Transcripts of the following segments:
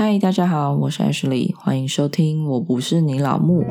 嗨，大家好，我是 Ashley， 欢迎收听我不是你老木。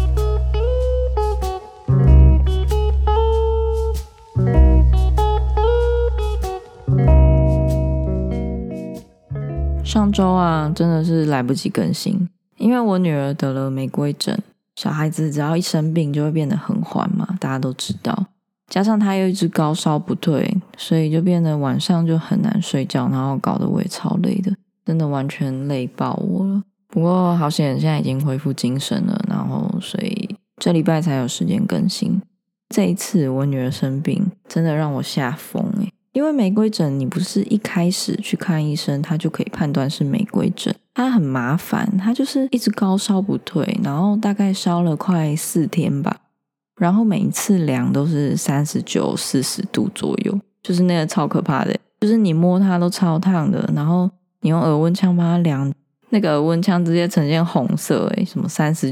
上周啊，真的是来不及更新，因为我女儿得了玫瑰疹。小孩子只要一生病就会变得很缓嘛，大家都知道。加上她又一直高烧不退，所以就变得晚上就很难睡觉，然后搞得我也超累的，真的完全累爆我了。不过好险现在已经恢复精神了，然后所以这礼拜才有时间更新。这一次我女儿生病真的让我吓疯耶，因为玫瑰疹你不是一开始去看医生她就可以判断是玫瑰疹，它很麻烦，它就是一直高烧不退，然后大概烧了快4天吧，然后每一次量都是39、40度左右，就是那个超可怕的，就是你摸它都超烫的，然后你用耳温枪帮它量，那个耳温枪直接呈现红色耶，什么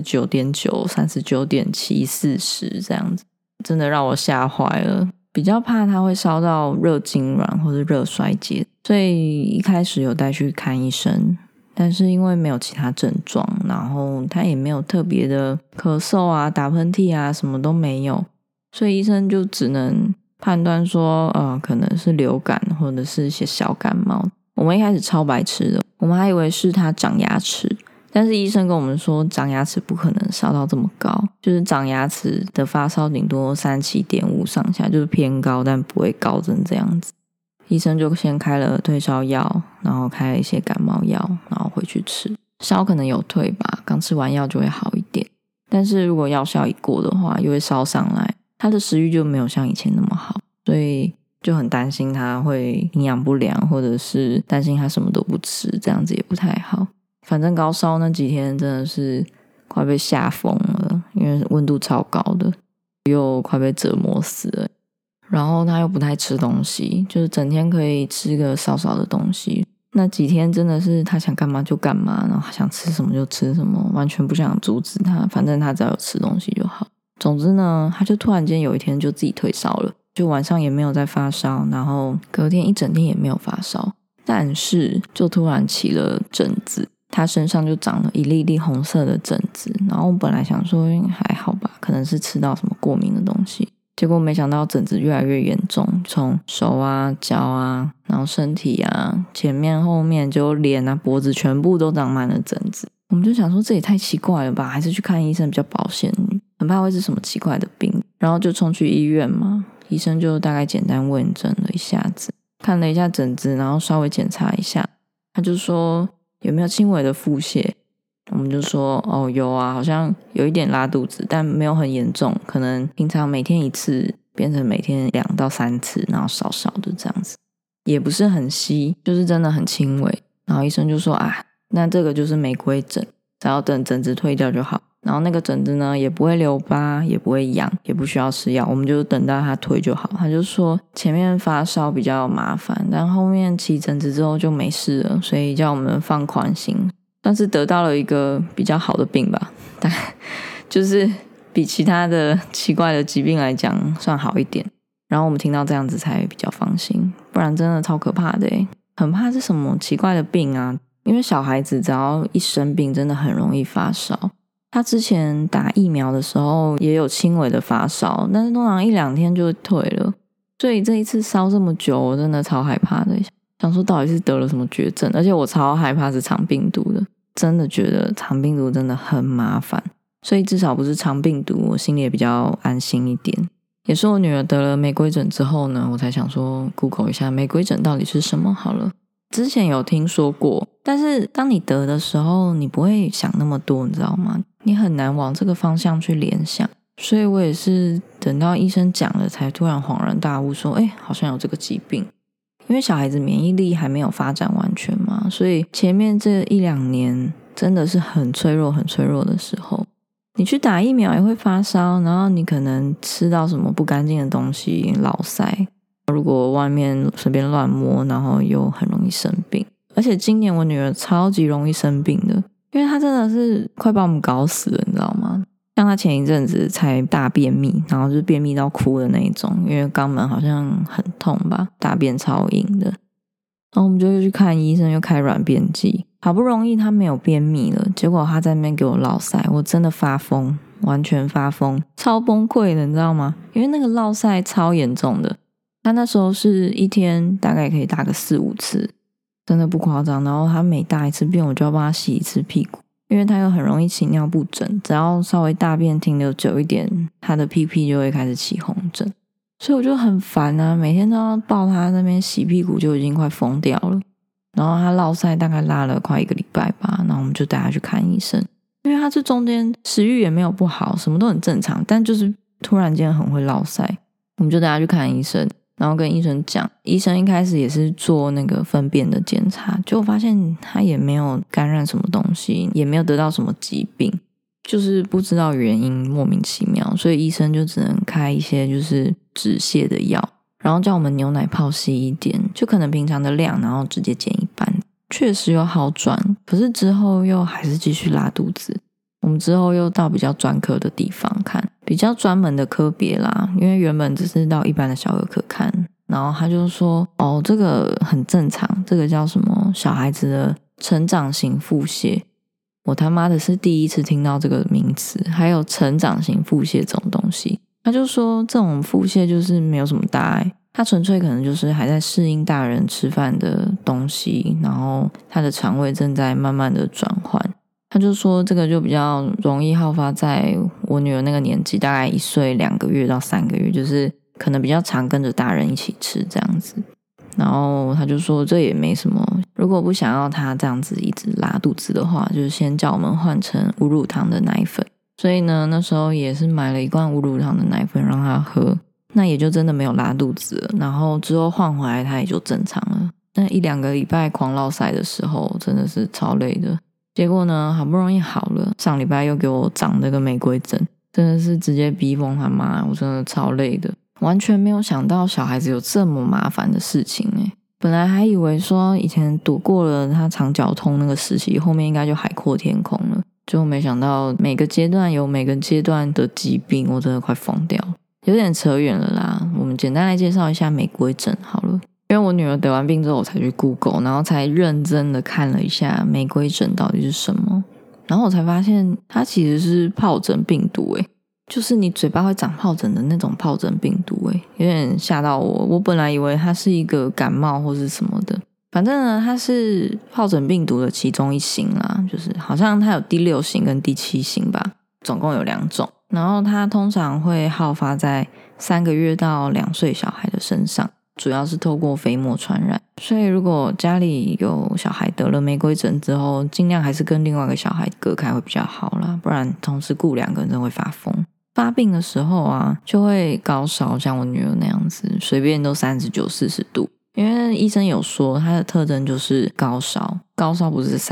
39.9、39.7、40这样子，真的让我吓坏了。比较怕它会烧到热痉挛或者热衰竭，所以一开始有带去看医生，但是因为没有其他症状，然后他也没有特别的咳嗽啊、打喷嚏啊，什么都没有，所以医生就只能判断说可能是流感或者是一些小感冒。我们一开始超白痴的，我们还以为是他长牙齿，但是医生跟我们说长牙齿不可能烧到这么高，就是长牙齿的发烧顶多37.5上下，就是偏高但不会高成这样子。医生就先开了退烧药，然后开了一些感冒药，然后回去吃，烧可能有退吧，刚吃完药就会好一点，但是如果药效一过的话又会烧上来，他的食欲就没有像以前那么好，所以就很担心他会营养不良，或者是担心他什么都不吃，这样子也不太好。反正高烧那几天真的是快被吓疯了，因为温度超高的，又快被折磨死了。然后他又不太吃东西，就是整天可以吃个少少的东西，那几天真的是他想干嘛就干嘛，然后他想吃什么就吃什么，完全不想阻止他，反正他只要有吃东西就好。总之呢，他就突然间有一天就自己退烧了，就晚上也没有再发烧，然后隔天一整天也没有发烧，但是就突然起了疹子，他身上就长了一粒粒红色的疹子，然后我本来想说还好吧，可能是吃到什么过敏的东西，结果没想到疹子越来越严重，从手啊、脚啊，然后身体啊、前面、后面，就脸啊、脖子全部都长满了疹子。我们就想说这也太奇怪了吧，还是去看医生比较保险，很怕会是什么奇怪的病，然后就冲去医院嘛。医生就大概简单问诊了一下子，看了一下疹子，然后稍微检查一下，他就说有没有轻微的腹泻。我们就说有啊，好像有一点拉肚子，但没有很严重，可能平常每天1次变成每天2到3次，然后少少的这样子，也不是很稀，就是真的很轻微。然后医生就说那这个就是玫瑰疹，只要等疹子退掉就好，然后那个疹子呢也不会留疤，也不会痒，也不需要吃药，我们就等到它退就好。他就说前面发烧比较麻烦，但后面起疹子之后就没事了，所以叫我们放宽心，但是得到了一个比较好的病吧，但就是比其他的奇怪的疾病来讲算好一点。然后我们听到这样子才比较放心，不然真的超可怕的耶，很怕是什么奇怪的病啊。因为小孩子只要一生病真的很容易发烧，他之前打疫苗的时候也有轻微的发烧，但是通常1-2天就会退了，所以这一次烧这么久我真的超害怕的，想说到底是得了什么绝症，而且我超害怕是肠病毒的，真的觉得肠病毒真的很麻烦，所以至少不是肠病毒，我心里也比较安心一点。也是我女儿得了玫瑰疹之后呢，我才想说 Google 一下玫瑰疹到底是什么好了。之前有听说过，但是当你得的时候你不会想那么多，你知道吗？你很难往这个方向去联想，所以我也是等到医生讲了才突然恍然大悟说好像有这个疾病。因为小孩子免疫力还没有发展完全嘛，所以前面这1-2年真的是很脆弱很脆弱的时候，你去打疫苗也会发烧，然后你可能吃到什么不干净的东西落塞，如果外面随便乱摸，然后又很容易生病。而且今年我女儿超级容易生病的，因为她真的是快把我们搞死了，你知道吗？像她前一阵子才大便秘，然后就是便秘到哭的那一种，因为肛门好像很痛吧，大便超硬的。然后我们就又去看医生，又开软便剂， 好不容易他没有便秘了，结果他在那边给我落塞，我真的发疯，完全发疯，超崩溃的，你知道吗？因为那个落塞超严重的，他那时候是一天大概可以大个4-5次，真的不夸张。然后他每大一次便，我就要帮他洗一次屁股，因为他又很容易起尿布疹，只要稍微大便停留久一点，他的屁屁就会开始起红疹，所以我就很烦啊，每天都要抱他那边洗屁股，就已经快疯掉了。然后他落塞大概拉了快1个礼拜吧，然后我们就带他去看医生，因为他这中间食欲也没有不好，什么都很正常，但就是突然间很会落塞，我们就带他去看医生，然后跟医生讲，医生一开始也是做那个粪便的检查，结果发现他也没有感染什么东西，也没有得到什么疾病，就是不知道原因，莫名其妙，所以医生就只能开一些就是止泻的药，然后叫我们牛奶泡稀一点，就可能平常的量，然后直接减一半。确实有好转，可是之后又还是继续拉肚子。我们之后又到比较专科的地方看，比较专门的科别啦，因为原本只是到一般的小儿科看，然后他就说哦，这个很正常，这个叫什么小孩子的成长型腹泻。我他妈的是第一次听到这个名词，还有成长型腹泻这种东西。他就说这种腹泻就是没有什么大碍，他纯粹可能就是还在适应大人吃饭的东西，然后他的肠胃正在慢慢的转换。他就说这个就比较容易好发在我女儿那个年纪，大概1岁2个月到3个月，就是可能比较常跟着大人一起吃这样子。然后他就说这也没什么，如果不想要他这样子一直拉肚子的话，就是先叫我们换成无乳糖的奶粉。所以呢，那时候也是买了1罐无乳糖的奶粉让他喝，那也就真的没有拉肚子了。然后之后换回来他也就正常了。那1-2个礼拜狂落塞的时候真的是超累的，结果呢好不容易好了，上礼拜又给我长那个玫瑰疹，真的是直接逼疯他妈，我真的超累的。完全没有想到小孩子有这么麻烦的事情欸，本来还以为说以前躲过了他肠绞痛那个时期，后面应该就海阔天空了，结果没想到每个阶段有每个阶段的疾病，我真的快疯掉了。有点扯远了啦，我们简单来介绍一下玫瑰疹好了。因为我女儿得完病之后我才去 Google， 然后才认真的看了一下玫瑰疹到底是什么，然后我才发现它其实是疱疹病毒欸，就是你嘴巴会长疱疹的那种疱疹病毒欸，有点吓到我。我本来以为它是一个感冒或是什么的，反正呢它是疱疹病毒的其中一型啦，就是好像它有第6型跟第7型吧，总共有2种。然后它通常会好发在3个月到2岁小孩的身上，主要是透过飞沫传染。所以如果家里有小孩得了玫瑰疹之后，尽量还是跟另外一个小孩隔开会比较好啦，不然同时顾2个人真的会发疯。发病的时候啊就会高烧，像我女儿那样子随便都39、40度，因为医生有说它的特征就是高烧，高烧不是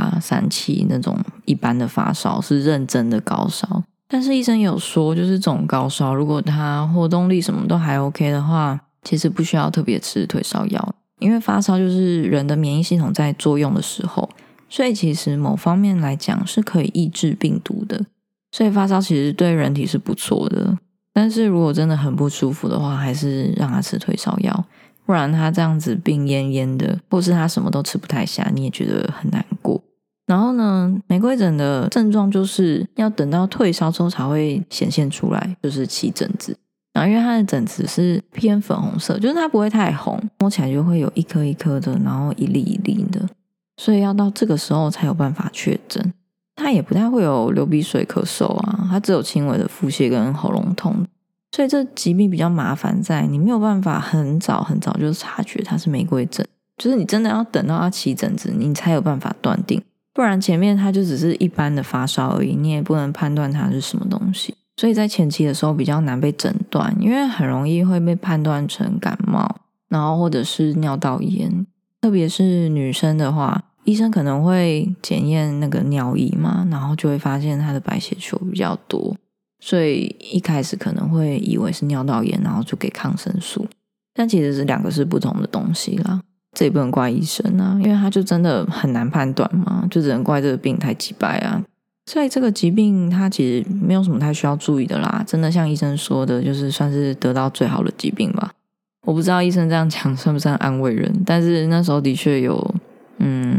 38、37那种一般的发烧，是认真的高烧。但是医生有说就是这种高烧如果他活动力什么都还 OK 的话，其实不需要特别吃退烧药，因为发烧就是人的免疫系统在作用的时候，所以其实某方面来讲是可以抑制病毒的，所以发烧其实对人体是不错的。但是如果真的很不舒服的话，还是让他吃退烧药，不然他这样子病恹恹的，或是他什么都吃不太下，你也觉得很难过。然后呢，玫瑰疹的症状就是要等到退烧之后才会显现出来，就是起疹子。然后因为它的疹子是偏粉红色，就是它不会太红，摸起来就会有一颗一颗的，然后一粒一粒的，所以要到这个时候才有办法确诊。它也不太会有流鼻水、咳嗽啊，它只有轻微的腹泻跟喉咙痛。所以这疾病比较麻烦在你没有办法很早很早就察觉它是玫瑰疹，就是你真的要等到它起疹子你才有办法断定，不然前面它就只是一般的发烧而已，你也不能判断它是什么东西。所以在前期的时候比较难被诊断，因为很容易会被判断成感冒，然后或者是尿道炎。特别是女生的话，医生可能会检验那个尿液嘛，然后就会发现她的白血球比较多，所以一开始可能会以为是尿道炎，然后就给抗生素，但其实是2个是不同的东西啦。这也不能怪医生啊，因为他就真的很难判断嘛，就只能怪这个病太鸡掰啊。所以这个疾病它其实没有什么太需要注意的啦，真的像医生说的，就是算是得到最好的疾病吧。我不知道医生这样讲算不算安慰人，但是那时候的确有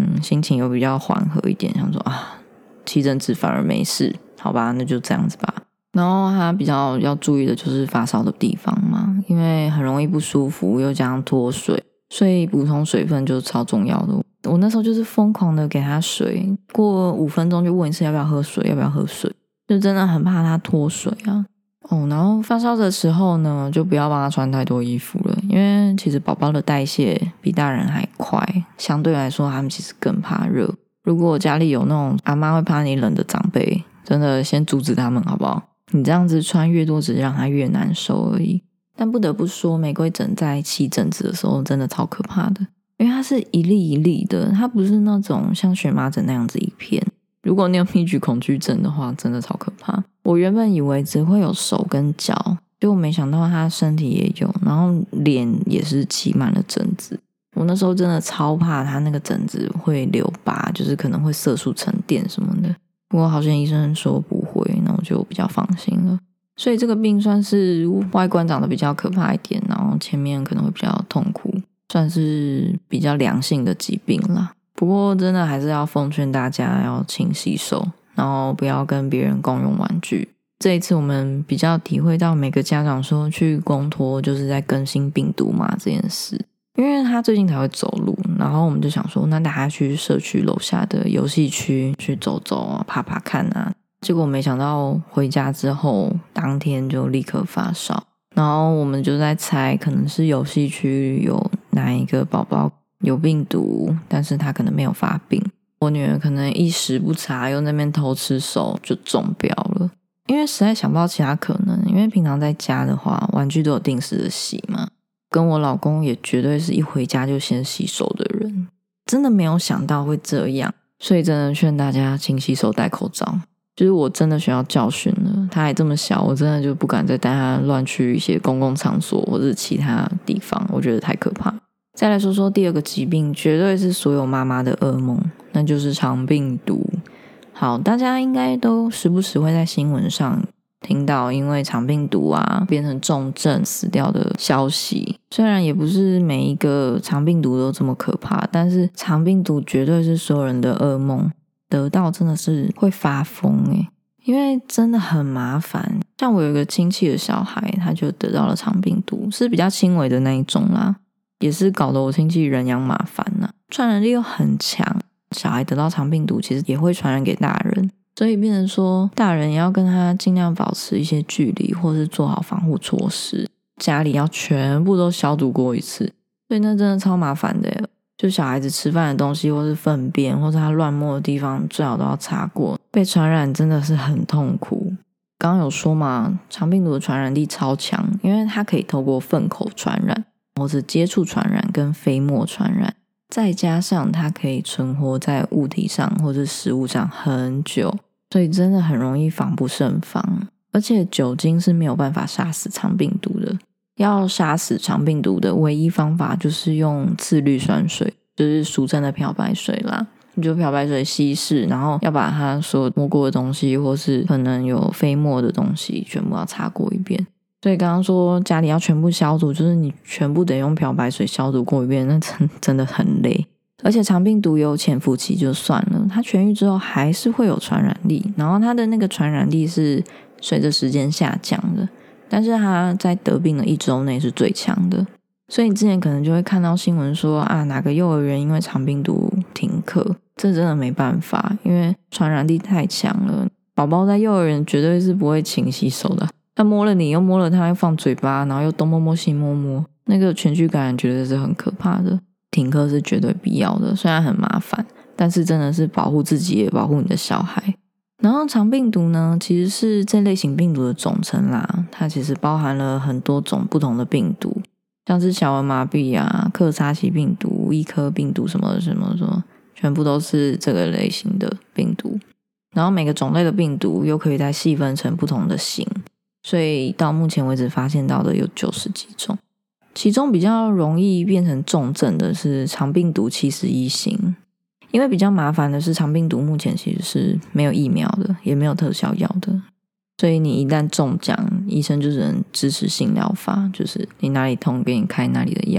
心情又比较缓和一点，想说起疹子反而没事，好吧，那就这样子吧。然后他比较要注意的就是发烧的地方嘛，因为很容易不舒服，又加上脱水，所以补充水分就是超重要的。我那时候就是疯狂的给他水，过5分钟就问一次要不要喝水，要不要喝水，就真的很怕他脱水啊。然后发烧的时候呢，就不要帮他穿太多衣服了，因为其实宝宝的代谢比大人还快，相对来说他们其实更怕热。如果家里有那种阿妈会怕你冷的长辈，真的先阻止他们好不好？你这样子穿越多只让他越难受而已。但不得不说，玫瑰疹在起疹子的时候真的超可怕的，因为它是一粒一粒的，它不是那种像荨麻疹那样子一片。如果你有密集恐惧症的话，真的超可怕。我原本以为只会有手跟脚，结果没想到他身体也有，然后脸也是起满了疹子。我那时候真的超怕他那个疹子会留疤，就是可能会色素沉淀什么的。不过好像医生说不会，那我就比较放心了。所以这个病算是外观长得比较可怕一点，然后前面可能会比较痛苦，算是比较良性的疾病啦。不过真的还是要奉劝大家要勤洗手，然后不要跟别人共用玩具。这一次我们比较体会到每个家长说去公托就是在更新病毒嘛这件事，因为他最近才会走路，然后我们就想说那带他去社区楼下的游戏区去走走啊，爬爬看啊。结果没想到回家之后当天就立刻发烧，然后我们就在猜可能是游戏区有哪一个宝宝有病毒，但是他可能没有发病。我女儿可能一时不察，又那边偷吃手就中标了。因为实在想不到其他可能，因为平常在家的话玩具都有定时的洗嘛，跟我老公也绝对是一回家就先洗手的人，真的没有想到会这样，所以真的劝大家勤洗手戴口罩。就是我真的学到教训了，他还这么小，我真的就不敢再带他乱去一些公共场所或者其他地方，我觉得太可怕。再来说说第二个疾病，绝对是所有妈妈的噩梦，那就是肠病毒。好，大家应该都时不时会在新闻上听到因为肠病毒变成重症死掉的消息。虽然也不是每一个肠病毒都这么可怕，但是肠病毒绝对是所有人的噩梦，得到真的是会发疯因为真的很麻烦。像我有一个亲戚的小孩，他就得到了肠病毒，是比较轻微的那一种啦，也是搞得我亲戚人仰马翻啦，传染力又很强。小孩得到肠病毒其实也会传染给大人，所以变成说大人也要跟他尽量保持一些距离，或是做好防护措施，家里要全部都消毒过一次，所以那真的超麻烦的耶。就小孩子吃饭的东西或是粪便或是他乱摸的地方最好都要擦过，被传染真的是很痛苦。刚刚有说嘛，肠病毒的传染力超强，因为它可以透过粪口传染或是接触传染跟飞沫传染，再加上它可以存活在物体上或是食物上很久，所以真的很容易防不胜防。而且酒精是没有办法杀死肠病毒的，要杀死肠病毒的唯一方法就是用次氯酸水，就是俗称的漂白水啦。你就漂白水稀释，然后要把它所有摸过的东西或是可能有飞沫的东西全部要擦过一遍。所以刚刚说家里要全部消毒，就是你全部得用漂白水消毒过一遍，那真的很累。而且肠病毒有潜伏期就算了，它痊愈之后还是会有传染力，然后它的那个传染力是随着时间下降的，但是它在得病的1周内是最强的。所以你之前可能就会看到新闻说哪个幼儿园因为肠病毒停课，这真的没办法，因为传染力太强了。宝宝在幼儿园绝对是不会勤洗手的，他摸了你又摸了他，又放嘴巴，然后又东摸摸西摸摸，那个群聚感染绝对是很可怕的。停课是绝对必要的，虽然很麻烦，但是真的是保护自己也保护你的小孩。然后肠病毒呢，其实是这类型病毒的总称啦，它其实包含了很多种不同的病毒，像是小儿麻痹克沙奇病毒、伊科病毒什么什么什么，全部都是这个类型的病毒。然后每个种类的病毒又可以再细分成不同的型，所以到目前为止发现到的有90几种。其中比较容易变成重症的是肠病毒71型，因为比较麻烦的是肠病毒目前其实是没有疫苗的，也没有特效药的，所以你一旦中奖，医生就只能支持性疗法，就是你哪里痛给你开哪里的药。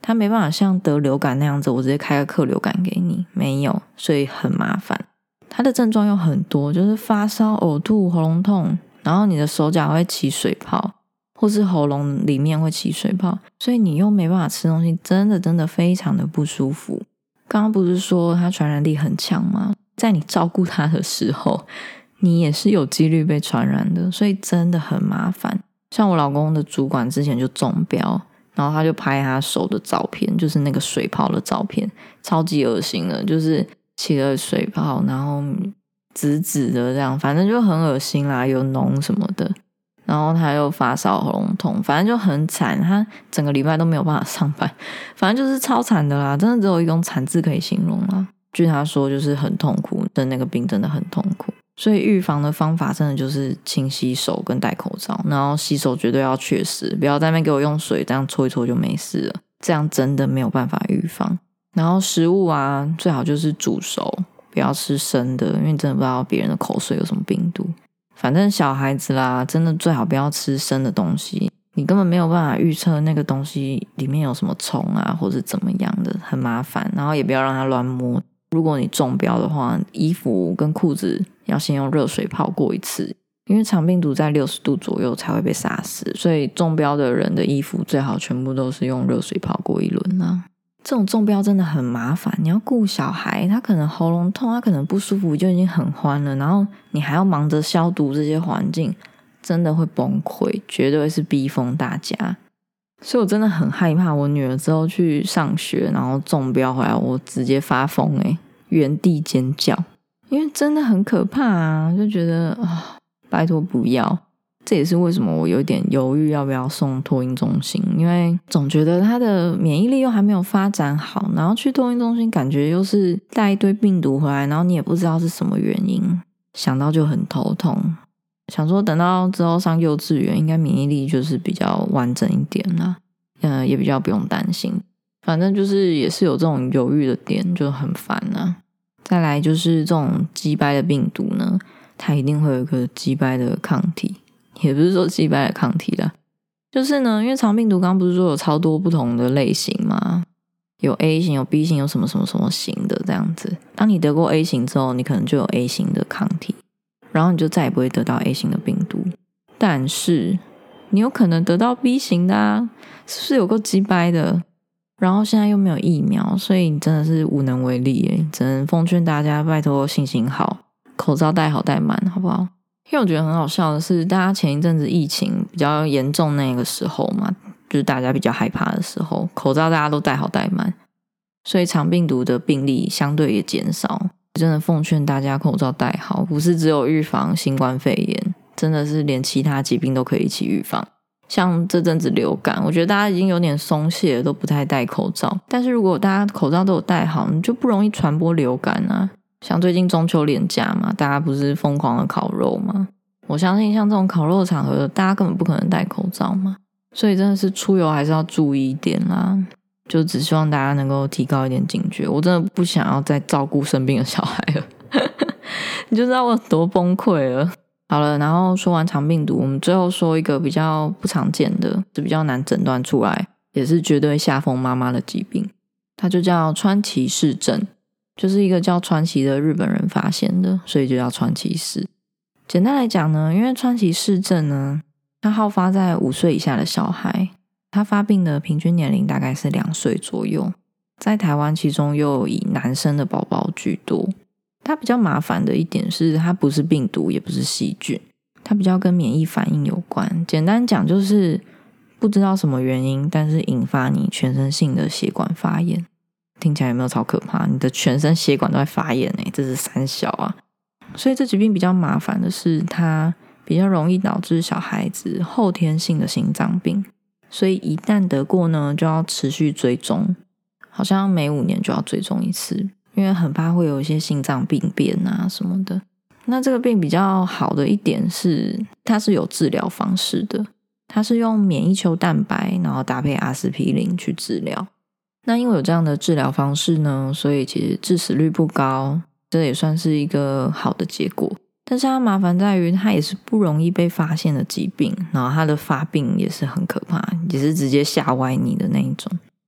它没办法像得流感那样子，我直接开个克流感给你，没有，所以很麻烦。它的症状又很多，就是发烧、呕吐、喉咙痛，然后你的手脚会起水泡，或是喉咙里面会起水泡，所以你又没办法吃东西，真的非常的不舒服。刚刚不是说它传染力很强吗？在你照顾它的时候，你也是有几率被传染的，所以真的很麻烦。像我老公的主管之前就中标，然后他就拍他手的照片，就是那个水泡的照片，超级恶心的，就是起了水泡，然后紫紫的这样，反正就很恶心啦，有脓什么的。然后他又发烧、喉咙痛，反正就很惨，他整个礼拜都没有办法上班，反正就是超惨的啦，真的只有一种惨字可以形容啦。据他说就是很痛苦的，那个病真的很痛苦，所以预防的方法真的就是勤洗手跟戴口罩，然后洗手绝对要确实，不要在那边给我用水这样搓一搓就没事了，这样真的没有办法预防。然后食物啊，最好就是煮熟，不要吃生的，因为你真的不知道别人的口水有什么病毒。反正小孩子啦，真的最好不要吃生的东西，你根本没有办法预测那个东西里面有什么虫啊，或是怎么样的，很麻烦。然后也不要让它乱摸。如果你中标的话，衣服跟裤子要先用热水泡过一次，因为肠病毒在60度左右才会被杀死，所以中标的人的衣服最好全部都是用热水泡过一轮啦。这种中标真的很麻烦，你要顾小孩，他可能喉咙痛，他可能不舒服就已经很欢了，然后你还要忙着消毒这些环境，真的会崩溃，绝对是逼疯大家。所以我真的很害怕我女儿之后去上学，然后中标回来我直接发疯原地尖叫，因为真的很可怕啊，就觉得拜托不要。这也是为什么我有点犹豫要不要送托婴中心，因为总觉得他的免疫力又还没有发展好，然后去托婴中心感觉又是带一堆病毒回来，然后你也不知道是什么原因，想到就很头痛。想说等到之后上幼稚园应该免疫力就是比较完整一点啦，也比较不用担心。反正就是也是有这种犹豫的点，就很烦啊。再来就是这种鸡掰的病毒呢，它一定会有一个鸡掰的抗体，也不是说鸡掰的抗体啦，就是呢，因为肠病毒刚刚不是说有超多不同的类型吗？有 A 型、有 B 型、有什么什么什么型的这样子。当你得过 A 型之后，你可能就有 A 型的抗体，然后你就再也不会得到 A 型的病毒。但是你有可能得到 B 型的啊，是不是有够鸡掰的？然后现在又没有疫苗，所以你真的是无能为力耶，只能奉劝大家拜托信心好，口罩戴好戴满好不好？因为我觉得很好笑的是，大家前一阵子疫情比较严重那个时候嘛，就是大家比较害怕的时候，口罩大家都戴好戴满，所以肠病毒的病例相对也减少。真的奉劝大家口罩戴好，不是只有预防新冠肺炎，真的是连其他疾病都可以一起预防。像这阵子流感，我觉得大家已经有点松懈了，都不太戴口罩。但是如果大家口罩都有戴好，你就不容易传播流感啊。像最近中秋连假嘛，大家不是疯狂的烤肉吗？我相信像这种烤肉的场合，大家根本不可能戴口罩嘛。所以真的是出游还是要注意一点啦。就只希望大家能够提高一点警觉。我真的不想要再照顾生病的小孩了。你就知道我多崩溃了。好了，然后说完肠病毒，我们最后说一个比较不常见的，是比较难诊断出来，也是绝对吓疯妈妈的疾病。它就叫川崎氏症，就是一个叫川崎的日本人发现的，所以就叫川崎氏。简单来讲呢，因为川崎氏症呢，它好发在5岁以下的小孩，它发病的平均年龄大概是2岁左右，在台湾其中又以男生的宝宝居多。它比较麻烦的一点是，它不是病毒也不是细菌，它比较跟免疫反应有关。简单讲就是不知道什么原因，但是引发你全身性的血管发炎。听起来有没有超可怕？你的全身血管都在发炎这是三小啊。所以这疾病比较麻烦的是，它比较容易导致小孩子后天性的心脏病，所以一旦得过呢，就要持续追踪，好像每5年就要追踪一次，因为很怕会有一些心脏病变啊什么的。那这个病比较好的一点是，它是有治疗方式的，它是用免疫球蛋白，然后搭配阿司匹林去治疗。那因为有这样的治疗方式呢，所以其实致死率不高，这也算是一个好的结果。但是它麻烦在于，它也是不容易被发现的疾病，然后它的发病也是很可怕，也是直接吓歪你的那一种。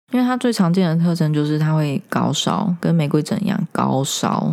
因为它最常见的特征就是它会高烧，跟玫瑰疹一样高烧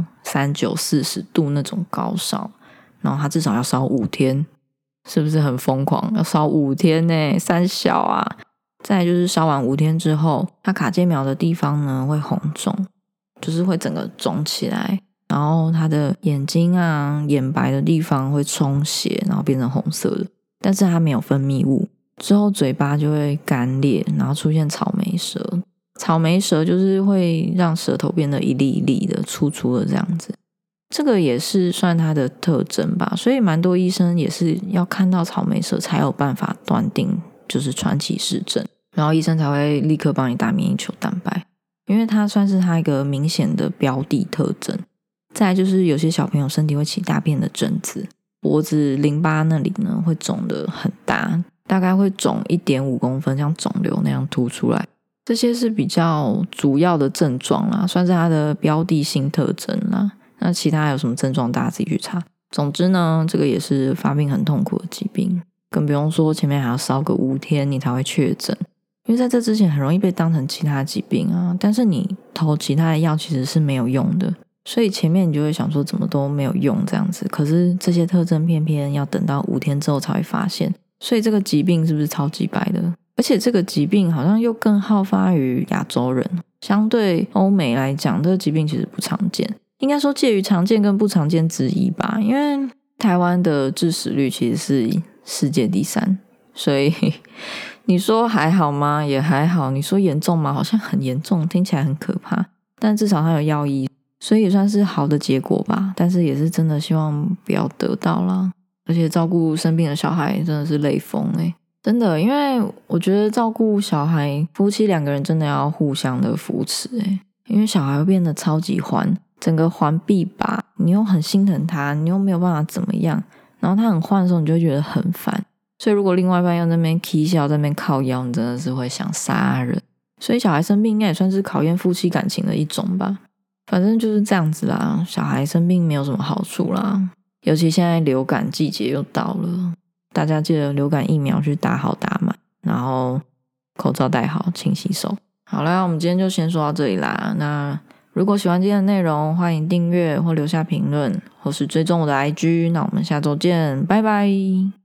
39、40度那种高烧，然后它至少要烧5天，是不是很疯狂？要烧5天呢，三小啊！再来就是烧完5天之后，它卡介苗的地方呢会红肿，就是会整个肿起来，然后它的眼睛啊、眼白的地方会充血，然后变成红色的，但是它没有分泌物。之后嘴巴就会干裂，然后出现草莓舌。草莓舌就是会让舌头变得一粒一粒的、粗粗的这样子。这个也是算它的特征吧，所以蛮多医生也是要看到草莓舌才有办法断定就是川崎氏症，然后医生才会立刻帮你打免疫球蛋白，因为它算是它一个明显的标的特征。再来就是有些小朋友身体会起大便的疹子，脖子淋巴那里呢会肿得很大，大概会肿 1.5 公分，像肿瘤那样凸出来。这些是比较主要的症状啦，算是它的标的性特征啦。那其他有什么症状大家自己去查。总之呢，这个也是发病很痛苦的疾病，更不用说前面还要烧个5天你才会确诊，因为在这之前很容易被当成其他疾病啊，但是你投其他的药其实是没有用的，所以前面你就会想说怎么都没有用这样子，可是这些特征偏偏要等到5天之后才会发现，所以这个疾病是不是超级白的？而且这个疾病好像又更好发于亚洲人，相对欧美来讲，这个疾病其实不常见，应该说介于常见跟不常见之一吧，因为台湾的致死率其实是世界第3，所以你说还好吗？也还好。你说严重吗？好像很严重，听起来很可怕，但至少它有药医，所以也算是好的结果吧，但是也是真的希望不要得到啦。而且照顾生病的小孩真的是累疯真的，因为我觉得照顾小孩，夫妻2个人真的要互相的扶持因为小孩会变得超级欢，整个环必拔，你又很心疼他，你又没有办法怎么样，然后他很欢的时候，你就会觉得很烦。所以如果另外一半要在那边起笑，在那边靠腰，你真的是会想杀人。所以小孩生病应该也算是考验夫妻感情的一种吧。反正就是这样子啦，小孩生病没有什么好处啦，尤其现在流感季节又到了。大家记得流感疫苗去打好打满，然后口罩戴好，勤洗手。好啦，我们今天就先说到这里啦。那如果喜欢今天的内容，欢迎订阅或留下评论，或是追踪我的 IG。那我们下周见，拜拜。